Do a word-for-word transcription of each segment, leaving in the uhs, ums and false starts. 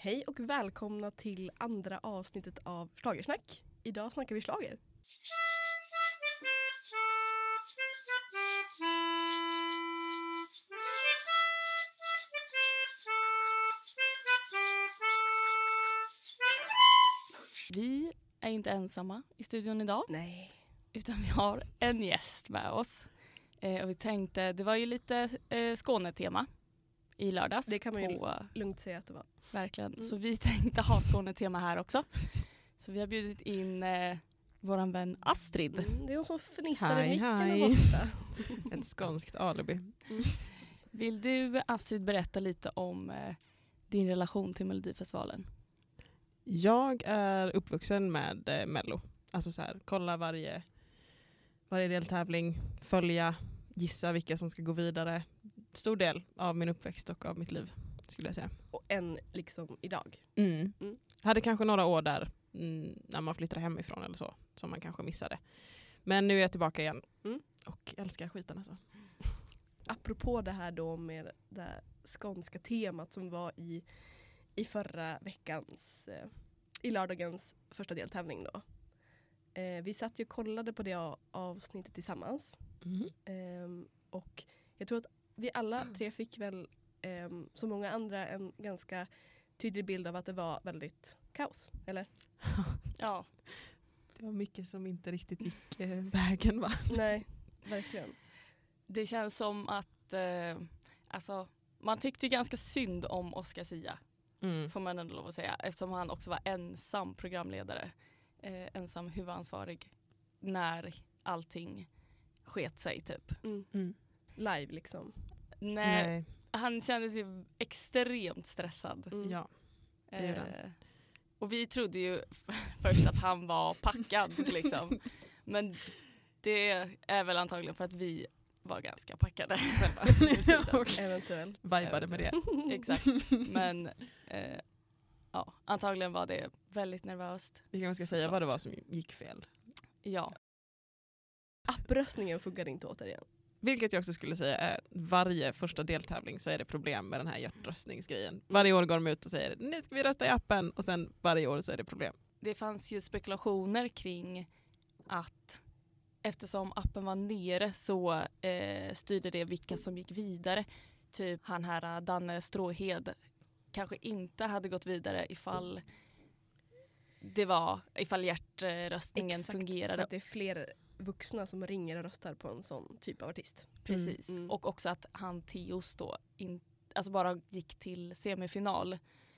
Hej och välkomna till andra avsnittet av Schlagersnack. Idag snackar vi schlager. Vi är inte ensamma i studion idag. Nej. Utan vi har en gäst med oss. Eh, och vi tänkte, det var ju lite eh, Skånetema i lördags. Det kan man ju på, lugnt säga att det var. Verkligen. Mm. Så vi tänkte ha Skånetema här också. Så vi har bjudit in eh, våran vän Astrid. Mm, det är hon som fnissar i Hi, micken hi. och borta. Ett skånskt alibi. Mm. Vill du, Astrid, berätta lite om eh, din relation till Melodifestivalen? Jag är uppvuxen med eh, Mello. Alltså så här, kolla varje, varje deltävling, följa, gissa vilka som ska gå vidare. Stor del av min uppväxt och av mitt liv, skulle jag säga. Och en liksom idag. Mm. Mm. Hade kanske några år där mm, när man flyttade hemifrån eller så, som man kanske missade. Men nu är jag tillbaka igen Mm. och älskar skiten alltså. Apropå det här då med det här skånska temat som var i, i förra veckans, eh, i lördagens första deltävling då. Eh, vi satt ju och kollade på det a- avsnittet tillsammans. Mm. Ehm, och jag tror att vi alla tre fick väl, um, som många andra, en ganska tydlig bild av att det var väldigt kaos, eller? Ja. Det var mycket som inte riktigt gick eh, vägen, va? Nej, verkligen. Det känns som att eh, alltså, man tyckte ju ganska synd om Oscar Sia. Mm. Får man ändå lov att säga. Eftersom han också var ensam programledare. Eh, ensam huvudansvarig. När allting sket sig typ. Mm. Mm. Live liksom. Nej, Nej. han kändes ju extremt stressad. Mm. Ja. det gjorde han. Eh, och vi trodde ju först att han var packad liksom. Men det är väl antagligen för att vi var ganska packade själva. Och Eventuellt. vibade med det. Exakt. Men eh, ja, antagligen var det väldigt nervöst. Vi kanske ska säga vad det var som gick fel. Ja. Appröstningen funkade inte återigen. Vilket jag också skulle säga är varje första deltävling så är det problem med den här hjärtröstningsgrejen. Varje år går de ut och säger nu ska vi rösta i appen och sen varje år så är det problem. Det fanns ju spekulationer kring att eftersom appen var nere så eh, styrde det vilka som gick vidare. Typ han här Danne Stråhed kanske inte hade gått vidare ifall det var ifall hjärtröstningen Exakt, fungerade. för att det är fler vuxna som ringer och röstar på en sån typ av artist. Precis. Mm. Och också att han Theos då in, alltså bara gick till semifinal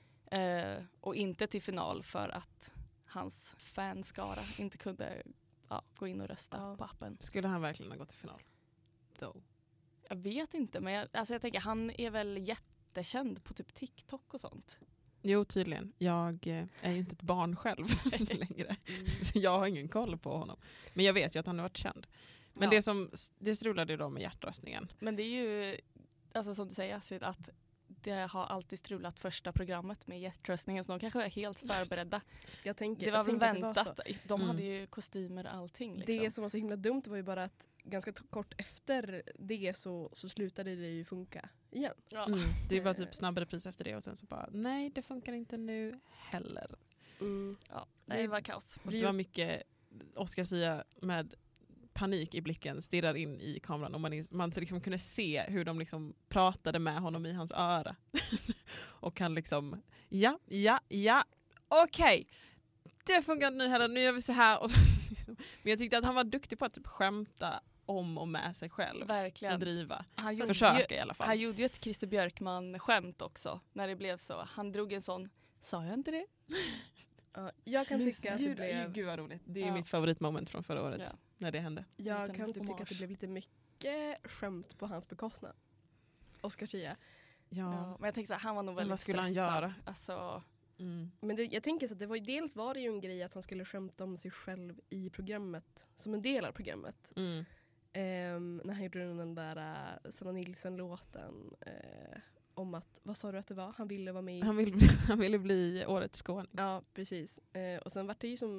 eh, och inte till final för att hans fanskara inte kunde ja, gå in och rösta Ja. på appen. Skulle han verkligen ha gått till final? Though. Jag vet inte, men jag, alltså jag tänker han är väl jättekänd på typ TikTok och sånt. Jo, tydligen. Jag eh, är ju inte ett barn själv längre. Så jag har ingen koll på honom. Men jag vet ju att han har varit känd. Men Ja. det som det strulade ju då med hjärtröstningen. Men det är ju, alltså som du säger Astrid, att det har alltid strulat första programmet med hjärtröstningen, så de kanske är helt förberedda. Jag tänker, Det var jag väl tänker att det var väntat. så. De Mm. hade ju kostymer och allting. Liksom. Det som var så himla dumt var ju bara att ganska t- kort efter det så, så slutade det ju funka igen. Ja. Mm. Det var typ snabbare pris efter det och sen så bara nej, det funkar inte nu heller. Mm. Ja, det var kaos. Och det var mycket Oscar Sia med panik i blicken stirrar in i kameran och man, is- man liksom kunde se hur de liksom pratade med honom i hans öra. Och han liksom ja, ja, ja, okej. Det funkar inte nu heller, nu gör vi så här. Och så, men jag tyckte att han var duktig på att typ skämta om och med sig själv. Och Verkligen. driva. Han gjorde, Försöka ju, i alla fall. han gjorde ju ett Christer Björkman-skämt också när det blev så. Han drog en sån, sa jag inte det? Ja, jag kan tycka att det Gud, blev... Gud vad roligt. Det är Ja. mitt favoritmoment från förra året. Ja. När det hände. Jag liten kan typ tycka att hommage. det blev lite mycket skämt på hans bekostnad. Oscar Sia. Ja. Ja, men jag tänkte så här, han var nog Men väldigt vad skulle han stressad. göra? Alltså, Mm. Men det, jag tänker så att det var ju, dels var det ju en grej att han skulle skämta om sig själv i programmet, som en del av programmet. Mm. Ehm, när han gjorde den där uh, Sanna Nilsson-låten uh, om att, vad sa du att det var? Han ville vara med i... Han, vill, han ville bli årets skåning. Ja, precis. Eh, och sen var det ju som,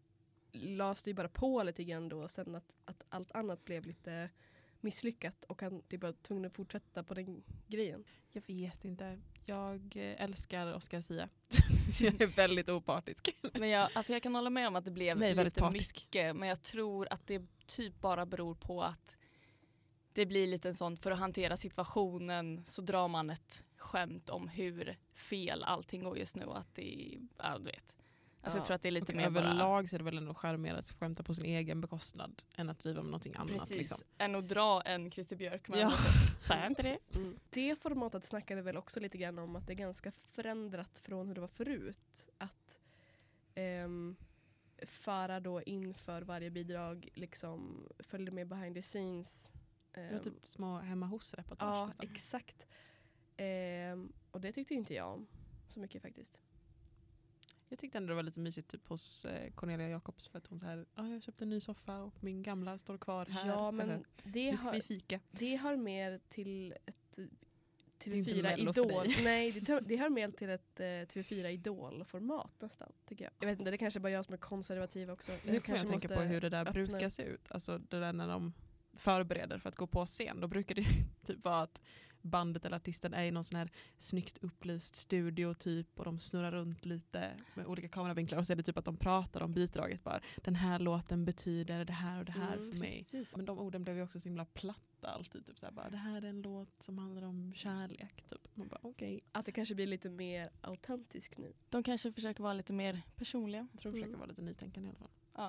lades det ju bara på lite grann då, och sen att, att allt annat blev lite misslyckat och han typ var tvungen att fortsätta på den grejen. Jag vet inte. Jag älskar Oscar Sia. Jag är väldigt opartisk. Men jag, alltså jag kan hålla med om att det blev Nej, väldigt lite partisk. mycket. Men jag tror att det typ bara beror på att det blir lite en sån, för att hantera situationen så drar man ett skämt om hur fel allting går just nu. Och att det, ja, du vet. Alltså Ja. jag tror att det är lite Och mer bara... överlag så är det väl ändå charmigare att skämta på sin egen bekostnad än att driva med någonting annat. Precis, Liksom. än att dra en Christer Björkman. Ja. Och så, så är inte det. Mm. Det formatet snackar vi väl också lite grann om att det är ganska förändrat från hur det var förut. Att ehm, Farah då inför varje bidrag liksom följde med behind the scenes. Det var Ehm, typ små hemma hos-reportage. ja, nästan. exakt. Ehm, och det tyckte inte jag om så mycket faktiskt. Jag tyckte ändå det var lite mysigt typ hos eh, Cornelia Jacobs för att hon så här, ah, jag köpte en ny soffa och min gamla står kvar här. Ja, Eh, men det nu ska har, vi fika. det hör mer till ett T Det är V inte fyra Mello för Idol. dig. Nej, det hör, det hör mer till ett eh, T V fyra Idol-format nästan, tycker jag. Jag vet inte, det är kanske bara jag som är konservativ också. Nu kommer jag kanske tänka på måste hur det där öppna brukar upp. se ut. Alltså det där när de förbereder för att gå på scen. Då brukar det ju typ vara att bandet eller artisten är i någon sån här snyggt upplyst studio typ och de snurrar runt lite med olika kameravinklar och så är det typ att de pratar om bidraget bara. Den här låten betyder det här och det här Mm, för mig. precis. Men de orden blev ju också så himla platta alltid. Typ så här, bara, det här är en låt som handlar om kärlek. Typ. Man bara okej. Att det kanske blir lite mer autentiskt nu. De kanske försöker vara lite mer personliga. Jag tror de försöker Mm. vara lite nytänkande i alla fall. Ja.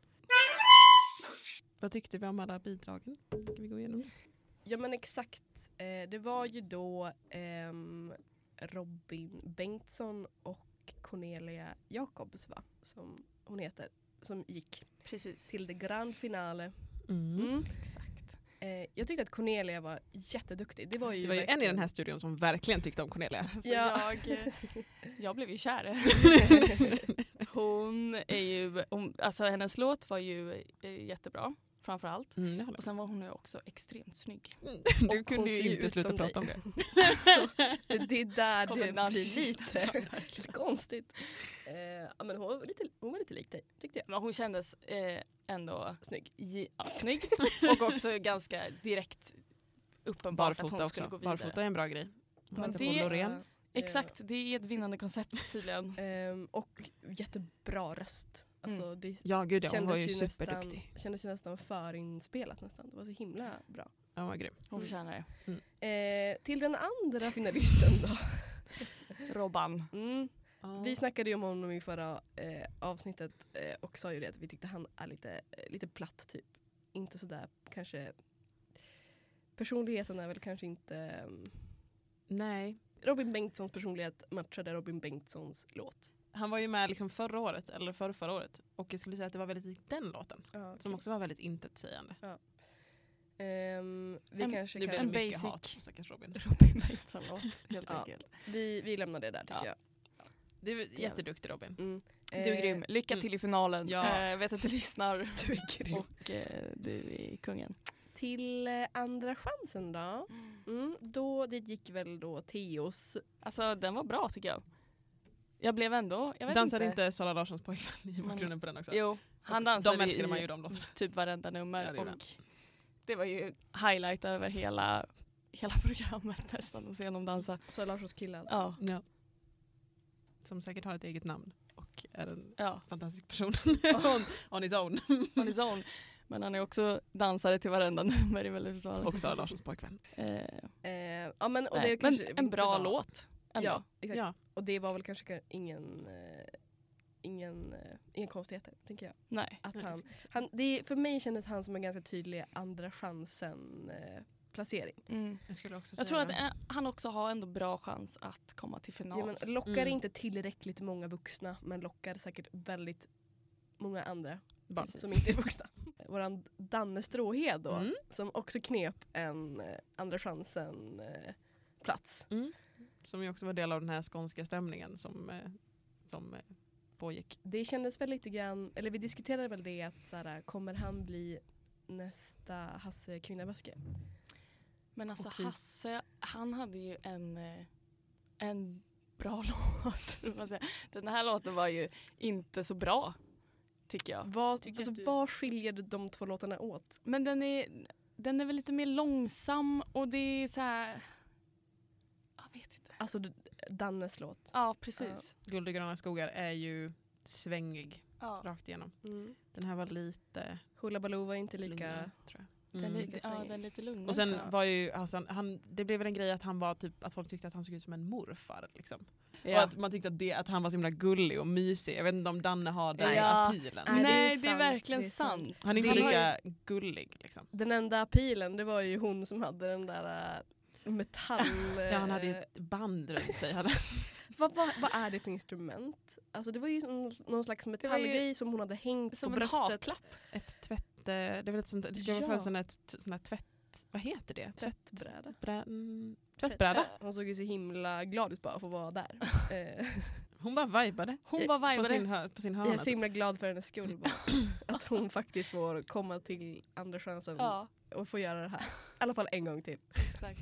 Vad tyckte vi om alla bidragen? Ska vi gå igenom det? Ja men exakt. Eh, det var ju då ehm, Robin Bengtsson och Cornelia Jacobs, va? Som hon heter. Som gick Precis. till det grand finale. Mm. Mm. Exakt. Eh, jag tyckte att Cornelia var jätteduktig. Det var ju, Det var ju en i verkligen- den här studion som verkligen tyckte om Cornelia. Alltså Ja. jag, jag blev ju kär. Hon är ju, hon, alltså hennes låt var ju eh, jättebra, framförallt. Mm, det håller Och sen var hon ju också extrement snygg. jag. Och Du hon kunde ju ser inte ut sluta som prata dig. om det. Så, det, det är där Kommer det blir narcissisten lite fram, verkligen. konstigt. Eh, ja, men hon, var lite, hon var lite lik dig, tyckte jag. Men hon kändes eh, ändå Snygg. ge, ja, snygg och också ganska direkt uppenbart att Barfota hon också. skulle gå vidare. Barfota är en bra grej. Men Inte det- på Loreen. Eh, Exakt, det är ett vinnande koncept tydligen. Ehm, och jättebra röst. Alltså, det Ja, gud ja, hon var ju kändes superduktig. Nästan, kändes ju nästan förinspelat nästan. Det var så himla bra. Ja, hon var grym. Hon förtjänar det. Eh, till den andra finalisten då. Robban. Mm. Vi snackade ju om honom i förra eh, avsnittet eh, och sa ju det att vi tyckte han är lite, eh, lite platt typ. Inte sådär kanske... Personligheten är väl kanske inte... Um, Nej. Robin Bengtssons personlighet matchade Robin Bengtssons låt. Han var ju med liksom förra året, eller förra, förra året. Och jag skulle säga att det var väldigt likt den låten. Ja, Som också var väldigt intetsägande. Ehm, vi En- kanske Nu blir kan... det En mycket basic. hat på stackars Robin. Robin Bengtsson-låt, helt Ja. enkelt. Vi, vi lämnar det där tycker Ja. jag. Det är jätteduktig Robin. Mm. Du är grym. Lycka till i finalen. Ja. Eh, vet att du lyssnar. Du är grym. Och eh, du är kungen. Till eh, andra chansen då. Mm, då. Det gick väl då Theos. Alltså den var bra tycker jag. Jag blev ändå, jag vet Dansade inte. inte Sara Larssons pojkvän i Men- bakgrunden på den också? Jo, han dansade De älskade i man ju de låtarna. typ varenda nummer. Ja, det gjorde och det var ju highlight över hela, hela programmet nästan att se honom dansa. Så Larssons kille alltså. Ja, Ja. Som säkert har ett eget namn. Och är en ja, fantastisk person. on, on his own. on his own. Men han är också dansare till varenda nummer i Melodifestivalen. Och Sara Larssons pojkvän. Eh, Eh, ja, men, och nej, det kanske men en inte bra var- låt ändå. Ja, exakt. Ja. Och det var väl kanske ka- ingen, eh, ingen, eh, ingen konstigheter, tänker jag. Nej. Att han, han, det är, för mig kändes han som en ganska tydlig andra chansen eh, placering. Mm. Jag skulle också säga Jag tror att det. eh, han också har ändå bra chans att komma till final. Ja, men lockar Mm. inte tillräckligt många vuxna, men lockar säkert väldigt många andra Barn. som inte är vuxna. Våran Danne Stråhed då, Mm. som också knep en eh, andra chansen eh, plats. Mm. Som ju också var del av den här skånska stämningen som, eh, som eh, pågick. Det kändes väl lite grann, eller vi diskuterade väl det att såhär, kommer han bli nästa Hasse Kvinnaböske? Men alltså Och vi- Hasse, han hade ju en, eh, en bra låt. vill man säga. Den här låten var ju inte så bra, tycker jag. Vad, Tycker alltså, du- vad skiljer de två låtarna åt? Men den är, den är väl lite mer långsam och det är så här... Jag vet inte. Alltså d- Dannes låt. Ja, precis. Guld och gröna skogar är ju svängig Ja. rakt igenom. Mm. Den här var lite Hoola Baloo var inte lika... lugnare, tror jag. Den, Mm. är, Lika ja, svängig. den är lite lugnare. Och sen tror jag. var ju alltså, han, det blev väl en grej att han var typ att folk tyckte att han såg ut som en morfar liksom. Och Ja. att man tyckte att, det, att han var så himla gullig och mysig. Jag vet inte om Danne har den Ja. appealen. Nej, det är Nej, det är sant, verkligen det är sant. sant. Han är inte Det- lika gullig liksom. Den enda appealen, det var ju hon som hade den där äh, metall... Ja, han hade ju ett band runt sig. Hade. vad, vad, vad är det för instrument? Alltså det var ju någon, någon slags var ju metallgrej som hon hade hängt som på en bröstet. haklapp. Ett tvätt... eh, Det är väl ett sånt, det ska Ja. vara sån ett sån här tvätt... Vad heter det? Tvättbräda. Brä, mm, tvättbräda. Hon såg ju så himla glad ut bara för att vara där. Eh, Hon bara vibade Hon var på sin, vibade. hö, på sin jag hörna. är så himla glad för hennes skull. Bara. Att hon faktiskt får komma till andra chansen Ja, och få göra det här. I alla fall en gång till. exakt.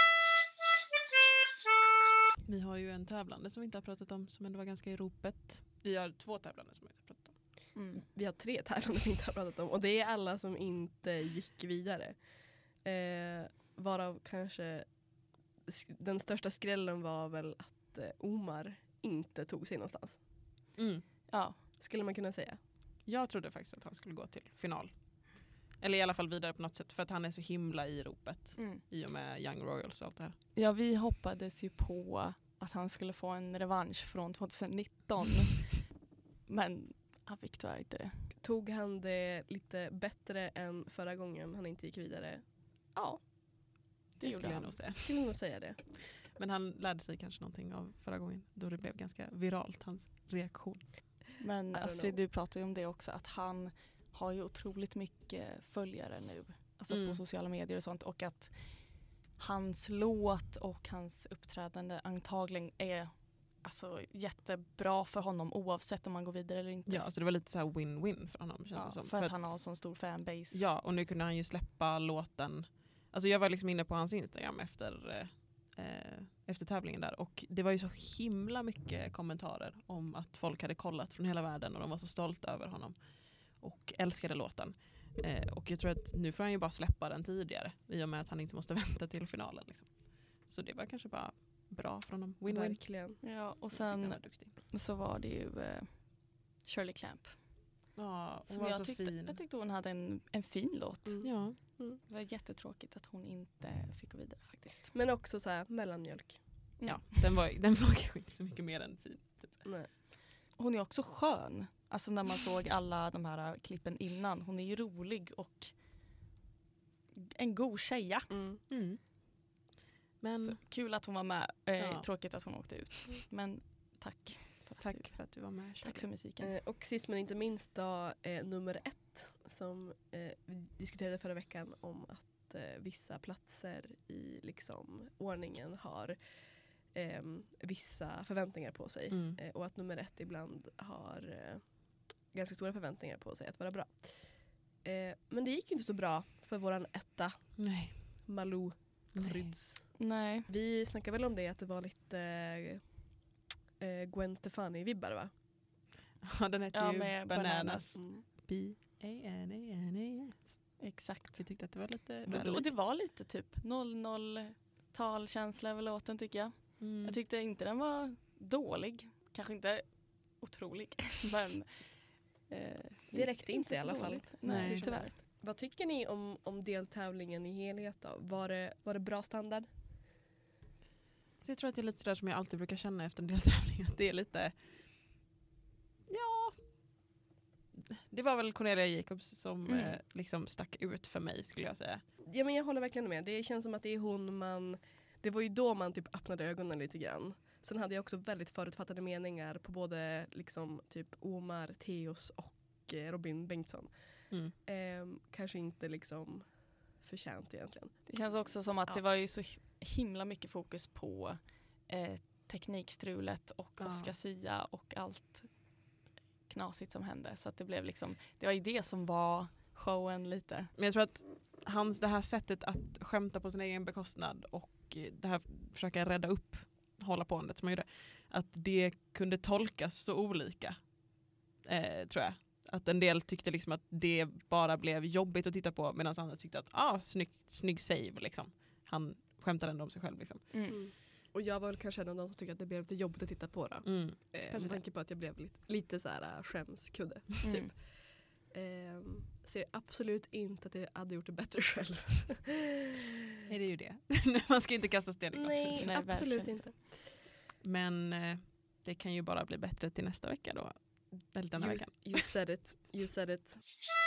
Vi har ju en tävlande som vi inte har pratat om som ändå var ganska i ropet. Vi har två tävlande som vi inte har pratat om. Mm. Vi har tre tävlande vi inte har pratat om. Och det är alla som inte gick vidare. Eh, varav kanske sk- den största skrällen var väl att eh, Omar inte tog sig någonstans. Mm. Ja. Skulle man kunna säga. Jag trodde faktiskt att han skulle gå till final. Eller i alla fall vidare på något sätt. För att han är så himla i ropet. Mm. I och med Young Royals och allt det här. Ja, vi hoppades ju på att han skulle få en revansch från tjugonitton. Men han fick tyvärr inte det. Tog han det lite bättre än förra gången han inte gick vidare? Ja, Det, gjorde skulle jag han. nog säga. skulle nog säga det. Men han lärde sig kanske någonting av förra gången. Då det blev ganska viralt, hans reaktion. Men I don't Astrid, know. du pratar ju om det också. Att han har ju otroligt mycket följare nu. Alltså Mm. på sociala medier och sånt. Och att hans låt och hans uppträdande antagligen är alltså jättebra för honom oavsett om han går vidare eller inte. Ja, alltså det var lite så här win-win för honom. Känns Ja, det som. för, att han har en sån stor fanbase. Ja, och nu kunde han ju släppa låten. Alltså jag var liksom inne på hans Instagram efter, eh, efter tävlingen där. Och det var ju så himla mycket kommentarer om att folk hade kollat från hela världen. Och de var så stolta över honom. Och älskade låten. Eh, och jag tror att nu får han ju bara släppa den tidigare. I och med att han inte måste vänta till finalen. Liksom. Så det var kanske bara bra för honom. Win-win. Verkligen. Ja, och Jag tyckte han sen var duktig. så var det ju eh, Shirley Clamp. Ja, hon Som var jag så tyckte, fin. jag tyckte hon hade en, en fin låt. Mm. Ja. Det var jättetråkigt att hon inte fick gå vidare faktiskt. Men också så här mellanmjölk. Ja, den var, den var kanske inte så mycket mer än fin. Typ. Nej. Hon är också skön. Alltså när man såg alla de här klippen innan. Hon är ju rolig och en god tjeja. Mm. Mm. Men Så kul att hon var med. Eh, Ja. Tråkigt att hon åkte ut. Men tack. För att tack du, för att du var med. tack för musiken. Eh, och sist men inte minst då eh, nummer ett som eh, vi diskuterade förra veckan om att eh, vissa platser i liksom ordningen har eh, vissa förväntningar på sig. Mm. Eh, och att nummer ett ibland har eh, ganska stora förväntningar på sig att vara bra. Eh, men det gick ju inte så bra för våran etta, Nej. Malou Nej. Pryds. Nej. Vi snackade väl om det att det var lite eh, Gwen Stefani-vibbar va? Ja, den hette Ja, ju med Bananas. Bananas. Mm. B A N A N A S. Exakt. Vi tyckte att det var lite Och, väl och det var lite typ noll noll-talkänsla över låten tycker jag. mm. Jag tyckte inte den var dålig. Kanske inte otrolig. men eh, Det räckte inte i så alla fall. dåligt. Nej, Nej. tyvärr. Vad tycker ni om, om deltävlingen i helhet då? Var det, var det bra standard? Så jag tror att det är lite sådär som jag alltid brukar känna efter en deltävling. Att det är lite... Ja... Det var väl Cornelia Jacobs som Mm. eh, liksom stack ut för mig skulle jag säga. Ja men jag håller verkligen med. Det känns som att det är hon man... Det var ju då man typ öppnade ögonen lite grann. Sen hade jag också väldigt förutfattade meningar på både liksom typ Omar, Theos och eh, Robin Bengtsson. Mm. Eh, kanske inte liksom förtjänt egentligen. Det känns också som att Ja. det var ju så himla mycket fokus på eh, teknikstrulet och Ja. Oscar Sia och allt knasigt som hände. Så att det blev liksom, det var ju det som var showen lite. Men jag tror att hans, det här sättet att skämta på sin egen bekostnad och eh, det här försöka rädda upp hålla på som man gjorde, att det kunde tolkas så olika eh, tror jag. Att en del tyckte liksom att det bara blev jobbigt att titta på medan andra tyckte att ah, snygg, snygg save liksom. Han skämtade ändå om sig själv liksom. Mm. Och jag var väl kanske en av de som tyckte att det blev lite jobbigt att titta på. Då. Mm. Eh, Kanske med tanke på att jag blev lite, lite så här skämskudde. Mm. Typ. Eh, ser absolut inte att jag hade gjort det bättre själv. Är det ju det. Man ska inte kasta sten i glashus. Nej, Nej, absolut verkligen inte. Men eh, det kan ju bara bli bättre till nästa vecka då. Eller denna You, veckan. you said it. You said it.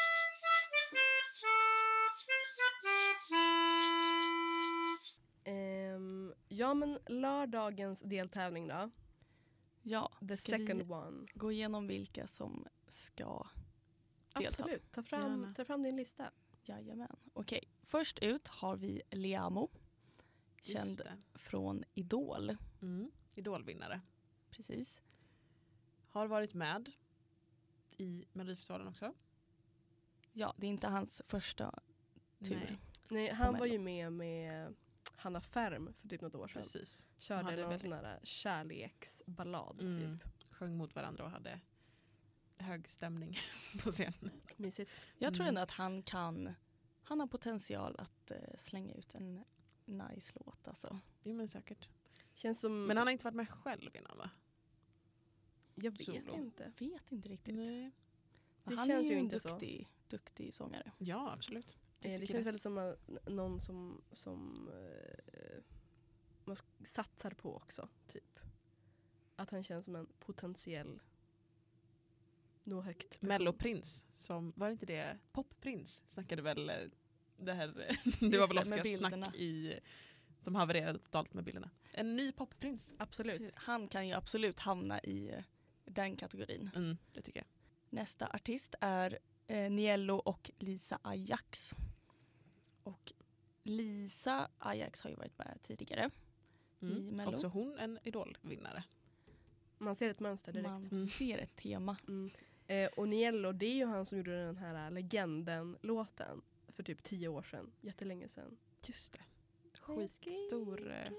Ehm, ja men lördagens deltävling då. Ja, The ska second vi one. gå igenom vilka som ska delta? Absolut. Ta fram, Gärna. ta fram din lista. Jajamän. Okej, först ut har vi Liamo. Just Känd det. från Idol. Mm. Idolvinnare. Precis. Har varit med i Melodifestivalen också. Ja, det är inte hans första tur. Nej, Nej, han Mello. var ju med med Hanna Färm för typ något år sedan. precis. De Körde hade någon väldigt- sån här kärleksballad Mm. typ. Sjöng mot varandra och hade hög stämning på scen. Mysigt. Jag tror Mm. ändå att han kan, han har potential att eh, slänga ut en nice låt alltså. Jo men säkert. Känns som... Men han har inte varit med själv innan va? jag vet solo. inte. Vet inte riktigt. Nej. Men Det han känns är ju ju en inte så. duktig, duktig sångare. Ja absolut. Eh, det tycker känns det. väldigt som att n- någon som, som eh, man sk- satsar på också. Typ. Att han känns som en potentiell nå högt person. Melloprins, som, var inte det Popprins? Snackade väl eh, det här, det Just var väl det, med bilderna. Oscars snack i, som havererade totalt med bilderna. En ny Popprins. Absolut. Precis. Han kan ju absolut hamna i eh, den kategorin. Mm, det tycker jag. Nästa artist är eh, Niello och Lisa Ajax. Och Lisa Ajax har ju varit med tidigare. I Mm. Mello. Också hon en idolvinnare. Man ser ett mönster direkt. Man Mm. ser ett tema. Mm. Eh, och Niello, det är ju han som gjorde den här legenden-låten för typ tio år sedan. Jättelänge sedan. Just det. Skitstor. eh,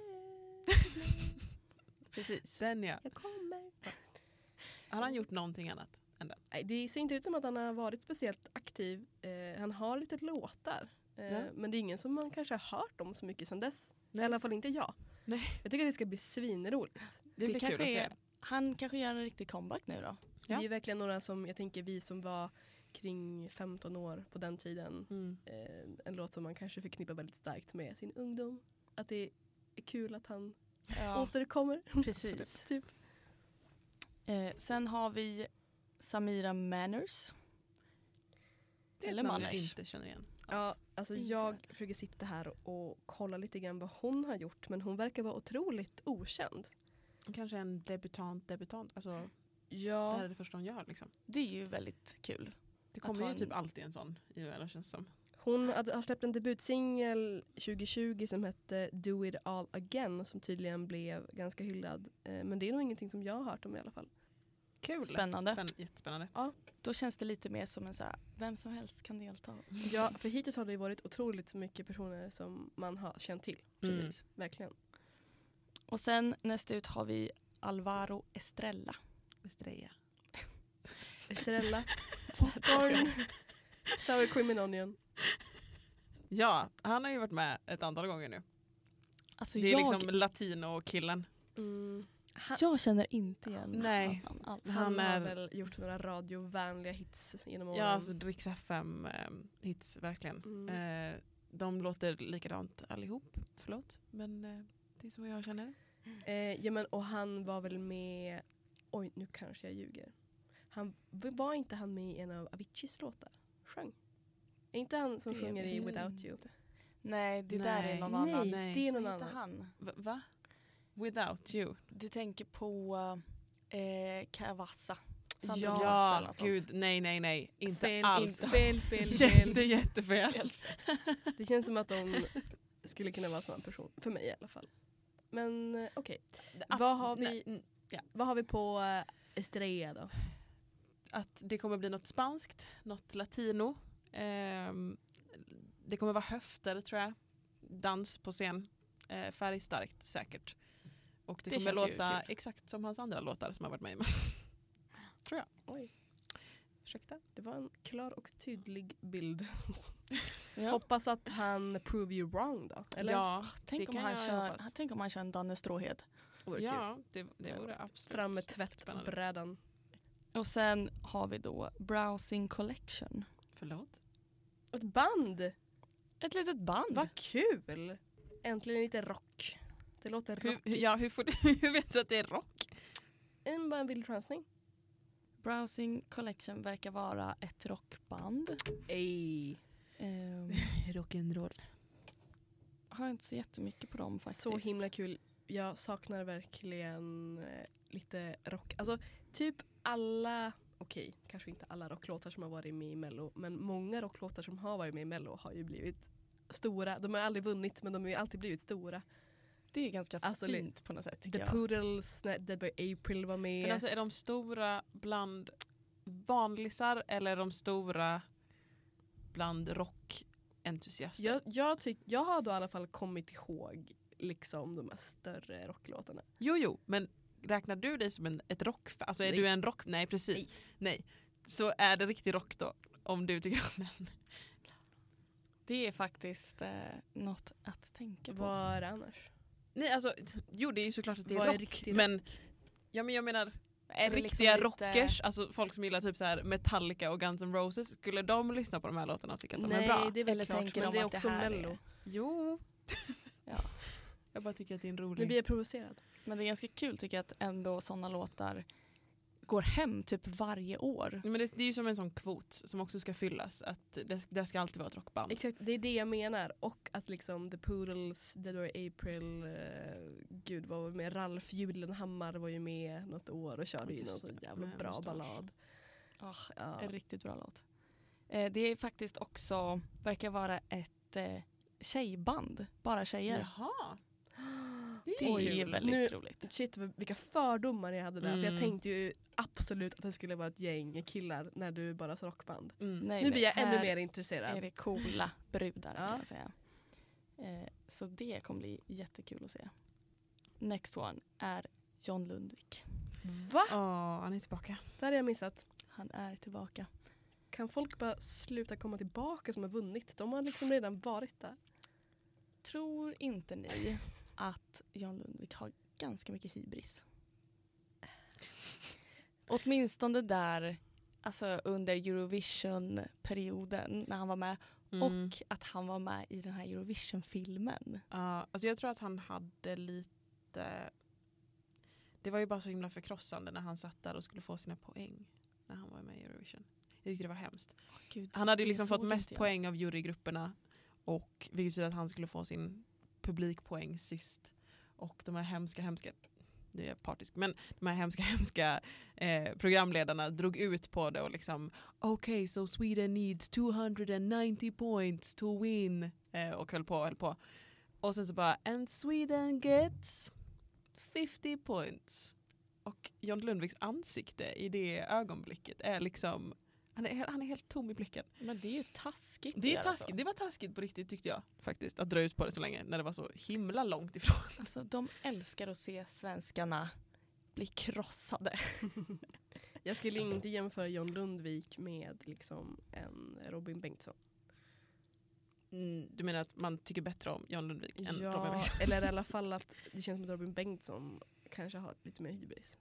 Precis. Den ja. Jag kommer. Har han gjort någonting annat än den? Nej, det ser inte ut som att han har varit speciellt aktiv. Eh, han har lite låtar. Eh, Ja. Men det är ingen som man kanske har hört om så mycket sedan dess. Nej. I alla fall inte jag. Nej. Jag tycker att det ska bli svinroligt. Det blir kul kanske att se. är, han kanske gör en riktig comeback nu då. Ja. Det är verkligen några som, jag tänker vi som var kring femton år på den tiden. Mm. Eh, en låt som man kanske förknippar väldigt starkt med sin ungdom. Att det är kul att han Ja, återkommer. precis. typ. Eh, sen har vi Samira Manners. Det är Eller ett namn jag Manners. inte känner igen. Ja, alltså Inte jag heller. försöker sitta här och kolla lite grann vad hon har gjort. Men hon verkar vara otroligt okänd. Kanske en debutant, debutant. Alltså, det här Ja, är det första hon gör liksom. Det är ju väldigt kul. Det Att kommer ha ju en- typ alltid en sån i Mello känns som. hon hade, har släppt en debutsingel tjugo tjugo som hette Do It All Again. Som tydligen blev ganska hyllad. Eh, men det är nog ingenting som jag har hört om i alla fall. Kul. Spännande. Spänn- jättespännande. Då känns det lite mer som en så här, vem som helst kan delta. Ja, för hittills har det ju varit otroligt mycket personer som man har känt till. Mm. Precis, verkligen. Och sen nästa ut har vi Alvaro Estrella. Estrella. Estrella, Popcorn, Sour Cream and Onion. Ja, han har ju varit med ett antal gånger nu. Alltså Det är jag, liksom latino-killen. Mm. Han, jag känner inte igen Nej. hans namn alls. han han har är- väl gjort några radiovänliga hits genom åren. Ja, alltså Rix F M eh, hits verkligen. Mm. Eh, de låter likadant allihop. Förlåt, men eh, det är så jag känner. Eh, ja, men, och han var väl med... Oj, nu kanske jag ljuger. Han, var inte han med i en av Aviciis låtar? Sjöng? Är inte han som Det sjunger vet i jag Without You? Nej, det där är Nej. någon Nej, annan. Nej. det är någon Vad heter annan. han? Va? va? Without you. Du tänker på eh, Cavassa. Sandro Ja, Cavazza eller Ja, något gud. sånt. Nej, nej, nej. Inte Fel, alls. inte- fel, fel, fel. Jätte, jättefel. Det känns som att de skulle kunna vara samma person. För mig i alla fall. Men eh, okej. Vad har vi- Nej, mm, Vad har vi på uh, Estrella då? att det kommer bli något spanskt, något latino. Ehm, det kommer vara höfter tror jag. Dans på scen. Eh, färgstarkt säkert. Och det, Det kommer känns ju låta kul. exakt som hans andra låtar som har varit med i. Tror jag. Oj. Ursäkta? Det var en klar och tydlig bild. Ja. Hoppas att han prove you wrong då. Eller? Ja, Tänk, det om kan han jag kör, hoppas. tänk om han kör en Danne Stråhed. Vore kul. Ja, det, det vore absolut. Fram med Spännande. tvättbrädan. Och sen har vi då Browsing Collection. Förlåt? Ett band! Ett litet band. Vad kul! Äntligen lite rock. Det låter Hur, rockigt. ja, hur, får du, hur vet du att det är rock? En, bara en vild chansning. Browsing Collection verkar vara ett rockband. Ej. Um, Rock'n'roll. har inte så jättemycket på dem faktiskt. Så himla kul. Jag saknar verkligen eh, lite rock. Alltså typ alla, okej, okay, kanske inte alla rocklåtar som har varit med i Mello, men många rocklåtar som har varit med i Mello har ju blivit stora. De har aldrig vunnit, men de har ju alltid blivit stora. Det är ganska Alltså, fint på något sätt tycker The jag. Poodles, när Dead by April var med. Men alltså är de stora bland vanlisar eller är de stora bland rockentusiaster? jag, jag, tyck, jag har då i alla fall kommit ihåg liksom de här större rocklåtarna. Jo, jo, men räknar du dig som en, ett rockfan? Alltså är Nej. du en rock? Nej, precis. Nej. Nej. Så är det riktig rock då? Om du tycker om den. Det är faktiskt eh, något att tänka på. Vad är det annars? Nej, alltså, jo det är ju såklart att det är Vad är rock. riktig men, ja, men jag menar Är det riktiga liksom lite- rockers, alltså folk som gillar typ så här Metallica och Guns N' Roses, skulle de lyssna på de här låtarna och tycka att de Nej, är bra? det är väl Eller klart, tänker men de det är att det också här är- Mello. Jo. Ja. Jag bara tycker att det är en Nu rolig... blir jag provocerad. Men det är ganska kul tycker jag att ändå sådana låtar går hem typ varje år. Men det, det är ju som en sån kvot som också ska fyllas. Att det, det ska alltid vara ett rockband. Exakt, det är det jag menar. Och att liksom The Poodles, Dead by April, uh, gud vad var med, Ralf Julenhammar var ju med något år och körde Ja, ju någon just så det, jävla med bra mustasch. ballad. Oh, Ja. En riktigt bra låt. Eh, det är faktiskt också, verkar vara ett eh, tjejband. Bara tjejer. Jaha. Det är ju väldigt Nu- roligt. Shit, vilka fördomar jag hade där. För Mm. jag tänkte ju absolut att det skulle vara ett gäng killar när du bara sa rockband. Mm. Nej, Nu nej, blir jag ännu här mer är intresserad. det coola brudar Ja. kan jag säga. Eh, så det kommer bli jättekul att se. Next one är John Lundvik. Va? Åh, han är tillbaka. Det hade jag missat. Han är tillbaka. Kan folk bara sluta komma tillbaka som har vunnit? De har liksom redan varit där. Tror inte ni att John Lundvik har ganska mycket hybris? Åtminstone där alltså under Eurovision-perioden när han var med. Mm. Och att han var med i den här Eurovision-filmen. Ja, alltså jag tror att han hade lite... Det var ju bara så himla förkrossande när han satt där och skulle få sina poäng när han var med i Eurovision. Jag tyckte det var hemskt. Gud, Han hade ju det liksom fått såg mest inte jag. poäng av jurygrupperna och vilket betyder att han skulle få sin publikpoäng sist. Och de här hemska, hemska, nu är jag partisk, men de här hemska, hemska eh, programledarna drog ut på det och liksom okay, so Sweden needs two hundred ninety points to win eh, och höll på och höll på. Och sen så bara, and Sweden gets fifty points. Och John Lundviks ansikte i det ögonblicket är liksom, han är, han är helt tom i blicken. Men det är ju taskigt. Det, är att taskigt. göra Det var taskigt på riktigt tyckte jag faktiskt, att dra ut på det så länge när det var så himla långt ifrån. så. Alltså, de älskar att se svenskarna bli krossade. Jag skulle inte jämföra John Lundvik med liksom en Robin Bengtsson. Mm, du menar att man tycker bättre om John Lundvik än Robin Ja, Bengtsson? eller i alla fall att det känns som att Robin Bengtsson kanske har lite mer hybris.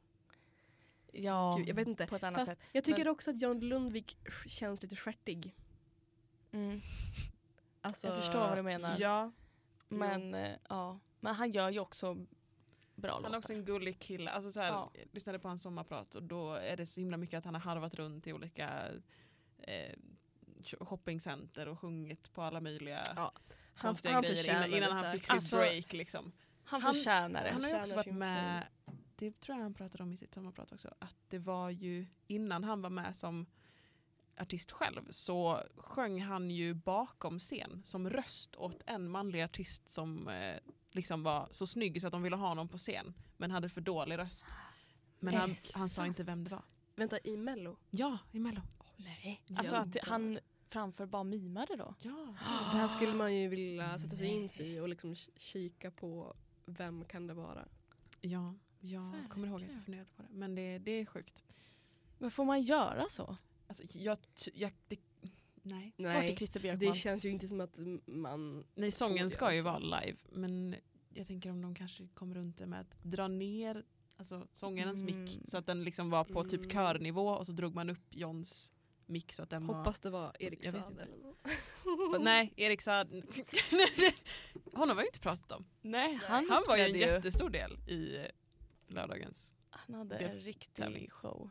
Ja, Gud, jag vet inte. på ett annat Fast sätt. jag tycker Men- också att John Lundvik känns lite stjärtig. Mm. Alltså, Jag förstår vad du menar. Ja, Men, eh, ja. Men han gör ju också bra Han låtar. är också en gullig kille. Alltså så här, Ja. jag lyssnade på hans sommarprat och då är det så himla mycket att han har harvat runt i olika eh, shoppingcenter och sjungit på alla möjliga Ja, han, konstiga han grejer förtjänar innan, innan det han säkert. fick sitt Alltså, break liksom. Han han- förtjänar det. Han har ju också tjänar varit sin med, det tror jag han pratade om i sitt sommarprat också, att det var ju innan han var med som artist själv så sjöng han ju bakom scen som röst åt en manlig artist som eh, liksom var så snygg så att de ville ha honom på scen men hade för dålig röst. Men Är han, det han sa sant? inte vem det var. Vänta, i Mello? Ja, i Mello. Nej. Ja. Alltså att han framför bara mimade då. Ja. Det här skulle man ju vilja sätta sig in i och liksom k- kika på vem kan det vara. Ja, jag kommer ihåg att jag Verkligen. funderade på det. Men det, det är sjukt. Men får man göra så? Alltså, jag, jag, det, nej. Vart är Nej, Christer Björkman? det känns ju inte som att man... Nej, sången får ska göra ju så. vara live. Men jag tänker om de kanske kommer runt det med att dra ner alltså, sångarens Mm. mick. Så att den liksom var på typ Mm. körnivå. Och så drog man upp Johns mick så att den Hoppas det var Erik Jag vet Saade inte. eller något. var... Nej, Erik Saade... Honom har vi inte pratat om. Nej, han, Han var ju en uppträdde jättestor del i eh, lördagens. Han hade Det- en riktig tävling. show.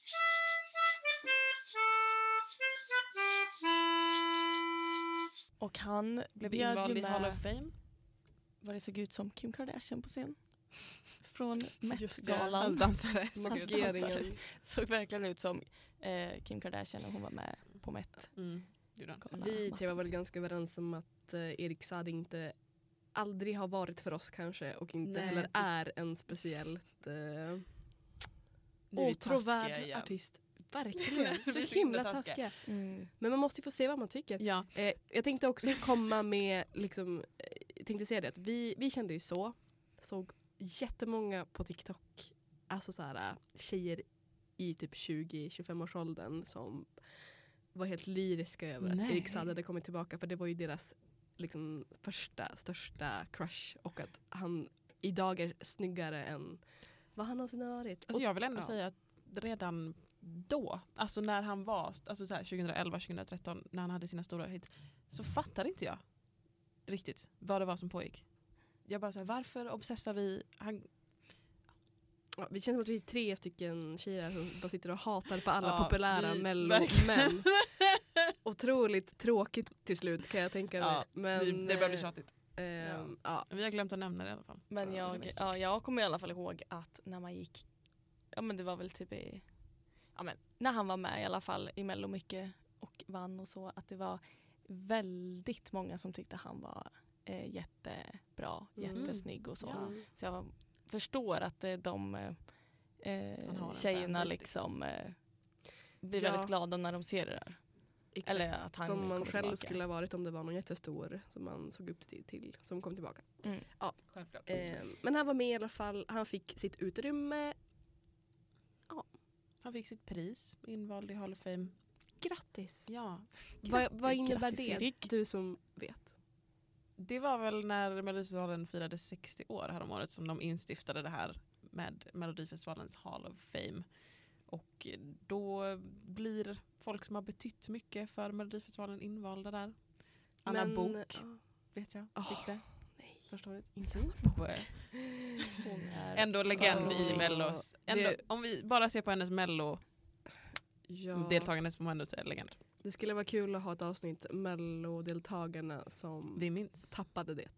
Och han Blev bjöd invald ju i Hall med of Fame. vad det såg ut som Kim Kardashian på scen. Från Just det. Met-galan. Han dansare. såg ut. Maskeringen. Såg verkligen ut som eh, Kim Kardashian när hon var med på Met. Mm. gjorde han. Gala. Vi tre var väl ganska överens om att eh, Erik Saade inte aldrig har varit för oss kanske och inte Nej. heller är en speciellt eh, Nu är vi taskiga åtråvärd igen. artist. Verkligen, Vi är så så himla himla taskiga. taskiga. Mm. Men man måste ju få se vad man tycker. Ja. Eh, jag tänkte också komma med, liksom, eh, jag tänkte säga det att vi, vi kände ju så, såg jättemånga på TikTok, alltså så här tjejer i typ tjugo till tjugofem års åldern som var helt lyriska över Nej. att Erik Saade hade kommit tillbaka för det var ju deras liksom, första, största crush och att han idag är snyggare än vad han någonsin har varit. Alltså jag vill ändå ja. säga att redan då, alltså när han var, alltså så här tjugoelva tjugotretton när han hade sina stora hits, så fattade inte jag riktigt vad det var som pågick. Jag bara så här, varför obsessar vi han, Ja, vi känns som att vi är tre stycken tjejer som bara sitter och hatar på alla Ja, populära vi- mello verkligen. men otroligt tråkigt till slut kan jag tänka mig. Ja, men, vi, det börjar bli tjatigt. eh, Ja. ja. Men vi har glömt att nämna det i alla fall. Men Ja, det jag, var stort. ja, jag kommer i alla fall ihåg att när man gick, ja men det var väl typ i, ja men när han var med i alla fall i Mello mycket och vann och så, att det var väldigt många som tyckte han var eh, jättebra, Mm. jättesnygg och så. Ja. Så jag förstår att eh, de eh, Han har en tjejerna fanbase, liksom eh, blir Ja. väldigt glada när de ser det där. Exakt. Eller att han som man kommer själv tillbaka. skulle ha varit om det var någon jättestor som man såg upp till, till som kom tillbaka. Självklart. Eh, men han var med i alla fall, han fick sitt utrymme. Han fick sitt pris, invald i Hall of Fame. Grattis! Ja. Vad, vad innebär grattis, det? Erik. Du som vet. Det var väl när Melodifestivalen firade sextio år häromåret som de instiftade det här med Melodifestivalens Hall of Fame. Och då blir folk som har betytt mycket för Melodifestivalen invalda där. Anna Men, Bok ja, vet jag Åh, fick det nej. första året. Inte Anna Bok. Hon är Ändå legend Ja. i Mellos. Ändå, Det- om vi bara ser på hennes Mello-deltagande Ja, så får man ändå säga legend. det skulle vara kul att ha ett avsnitt Mello-deltagarna som Vi minns. tappade det.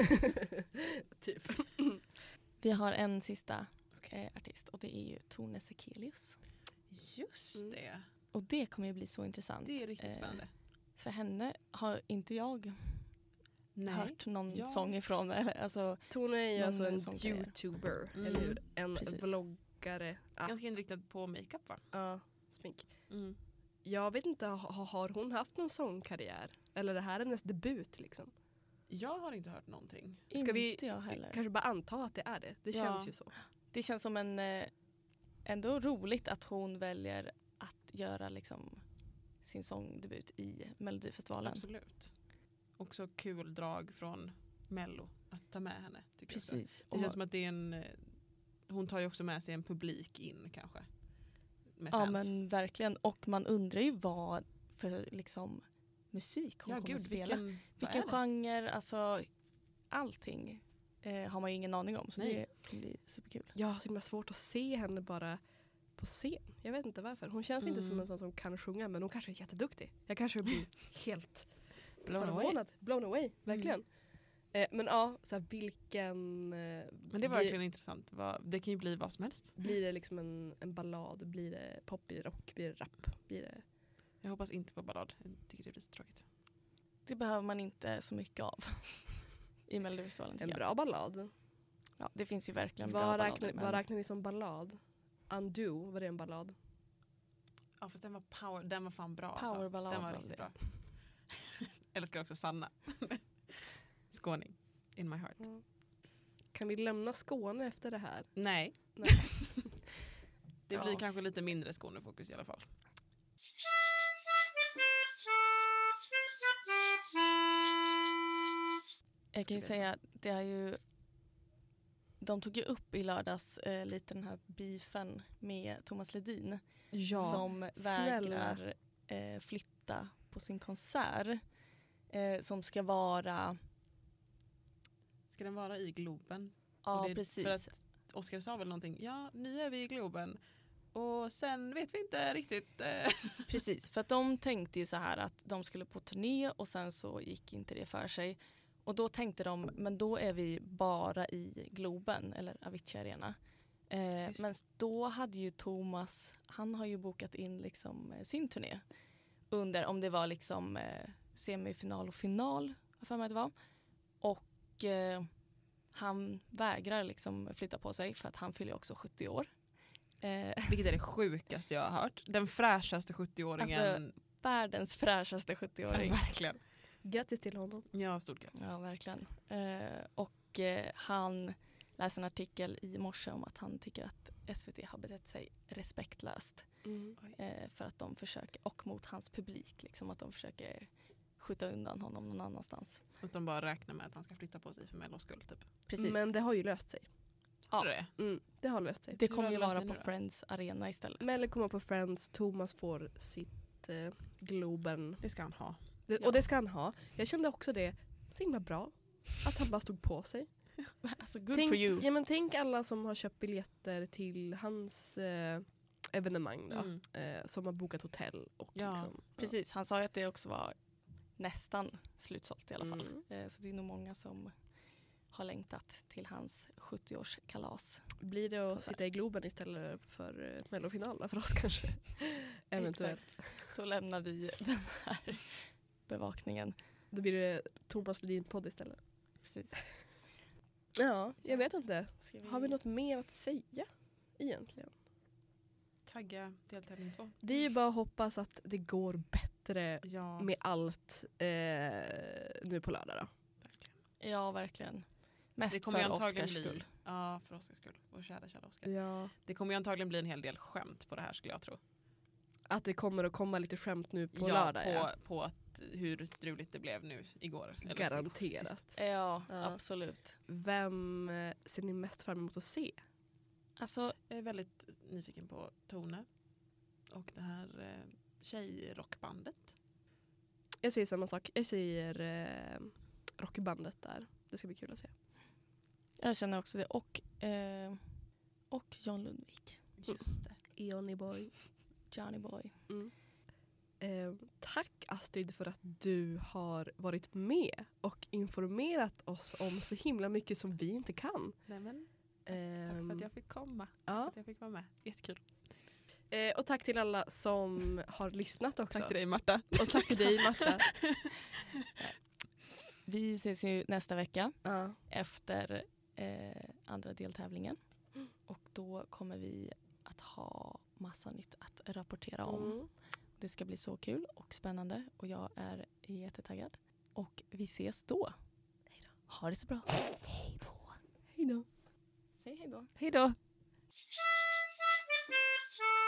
typ. Vi har en sista eh, artist och det är ju Tone Sekelius. Just Mm. det. Och det kommer ju bli så intressant. Det är riktigt Eh, spännande. För henne har inte jag Nej. hört någon Ja. sång ifrån. eller, Alltså, Tone är ju Någon alltså en sångkarriär. youtuber, Mm. eller hur? En Precis. vloggare. Ja, Ganska inriktad på makeup va? ja, smink. Mm. Jag vet inte, ha, har hon haft någon sångkarriär? Eller det här är hennes debut liksom? Jag har inte hört någonting. Ska inte vi jag heller. kanske bara anta att det är det? Det Ja. känns ju så. Det känns som en eh, ändå roligt att hon väljer att göra liksom sin sångdebut i Melodifestivalen. Absolut. Också kul drag från Mello att ta med henne. Tycker jag också. Precis. Det Och, känns som att det är en... eh, Hon tar ju också med sig en publik in kanske. Med ja fans. men verkligen. Och man undrar ju vad för liksom musik hon ja, kommer gud, spela. vilken, Vilken vad är det? genre, alltså allting eh, har man ju ingen aning om. Så Nej. det blir superkul. Jag har så himla svårt att se henne bara på scen. Jag vet inte varför. Hon känns inte Mm. som en sån som kan sjunga, men hon kanske är jätteduktig. Jag kanske blir helt Blown away. förvånad. Blown away, verkligen. Eh, men ja, så här, vilken... Eh, Men det var blir, verkligen intressant. Vad- Det kan ju bli vad som helst. blir det liksom en, en ballad? Blir det pop? Blir det rock? Blir det rap? Blir det... Jag hoppas inte på ballad. Jag tycker det är lite tråkigt. Det behöver man inte så mycket av i Melodifestivalen En tycker jag. bra ballad? Ja, det finns ju verkligen bra Vad ballader. räknar, men- vad räknar ni som ballad? Undo, var det en ballad? Ja, fast den var, power, den var fan bra. alltså. Powerballad Den var var riktigt det. bra. Älskar också Sanna. Skåning. In my heart. Kan vi lämna Skåne efter det här? Nej. Nej. Det blir Ja. kanske lite mindre Skånefokus i alla fall. Jag kan ju säga, det är ju, de tog ju upp i lördags eh, lite den här beefen med Thomas Ledin Ja, som vägrar eh, flytta på sin konsert eh, som ska vara... Ska den vara i Globen? Ja, det, precis. För att Oscar sa väl någonting, ja nu är vi i Globen och sen vet vi inte riktigt. Eh. Precis, för att de tänkte ju så här att de skulle på turné och sen så gick inte det för sig. Och då tänkte de, men då är vi bara i Globen eller Avicii Arena. Eh, men då hade ju Thomas, han har ju bokat in liksom eh, sin turné under, om det var liksom eh, semifinal och final, vad för mig det var. Och eh, han vägrar liksom flytta på sig för att han fyller också sjuttio år. Eh, Vilket är det sjukaste jag har hört. Den fräschaste sjuttio-åringen. Alltså, världens fräschaste sjuttio-åring. Ja, verkligen. Grattis till honom. Ja, stort grattis. Ja, verkligen. Eh, och eh, han läste en artikel i morse om att han tycker att S V T har betett sig respektlöst. Mm. Eh, för att de försöker, och mot hans publik, liksom att de försöker skjuta undan honom någon annanstans. Att de bara räknar med att han ska flytta på sig för Mellos skull typ. Precis. Men det har ju löst sig. Ja. Det. Mm, det har löst sig. Det kommer ju Hur har det vara löst på sig nu då? Friends Arena istället. Melle kommer på Friends, Thomas får sitt eh, Globen. Det ska han ha. Det, Ja. Och det ska han ha. Jag kände också det så himla bra. Att han bara stod på sig. Alltså, good Tänk, for you. ja, men tänk alla som har köpt biljetter till hans eh, evenemang då. Mm. Eh, som har bokat hotell. Och Ja, liksom, Precis, han sa ju att det också var nästan slutsålt i alla fall. Mm. Eh, så det är nog många som har längtat till hans sjuttio-årskalas. Ja. Blir det att Konsert. sitta i Globen istället för eh, mellofinalen för oss kanske? Eventuellt. Exakt. Då lämnar vi den här bevakningen. Då blir det Thomas Ledin-podd istället. Precis. Ja, jag vet inte. Ska vi... Har vi något mer att säga egentligen? Tagga deltävling två. Det är ju bara att hoppas att det går bättre Ja, med allt eh, nu på lördag då. verkligen. Ja, verkligen. Mest Det kommer ju för antagligen Oscars bli, skull. ja, för Oscars skull. Vår kära, kära Oscar. Ja. Det kommer ju antagligen bli en hel del skämt på det här skulle jag tro. Att det kommer att komma lite skämt nu på ja, lördag. på, Ja, på att hur struligt det blev nu igår. eller garanterat. sist. Ja, Ja. absolut. Vem eh, ser ni mest fram emot att se? Alltså, Jag är väldigt nyfiken på Tone och det här eh, tjejrockbandet. Jag säger samma sak. Jag säger eh, rockbandet där. Det ska bli kul att se. jag känner också det. Och, eh, och John Lundvik. Just det. Eony Boy. Johnny Boy. Mm. Eh, tack Astrid för att du har varit med och informerat oss om så himla mycket som vi inte kan. Nej, men, Ehm, tack för att jag fick komma. ja. Tack att jag fick vara med. Jättekul. eh, och tack till alla som har lyssnat också. Tack till dig Marta. Och tack till dig Marta. Vi ses ju nästa vecka Ja. efter eh, andra deltävlingen. Och då kommer vi att ha massa nytt att rapportera om. Mm. Det ska bli så kul och spännande. Och jag är jättetaggad. Och vi ses då. Hej då. Ha det så bra. Hej då. Hej då. Säg hej då. Hej då. Thank you.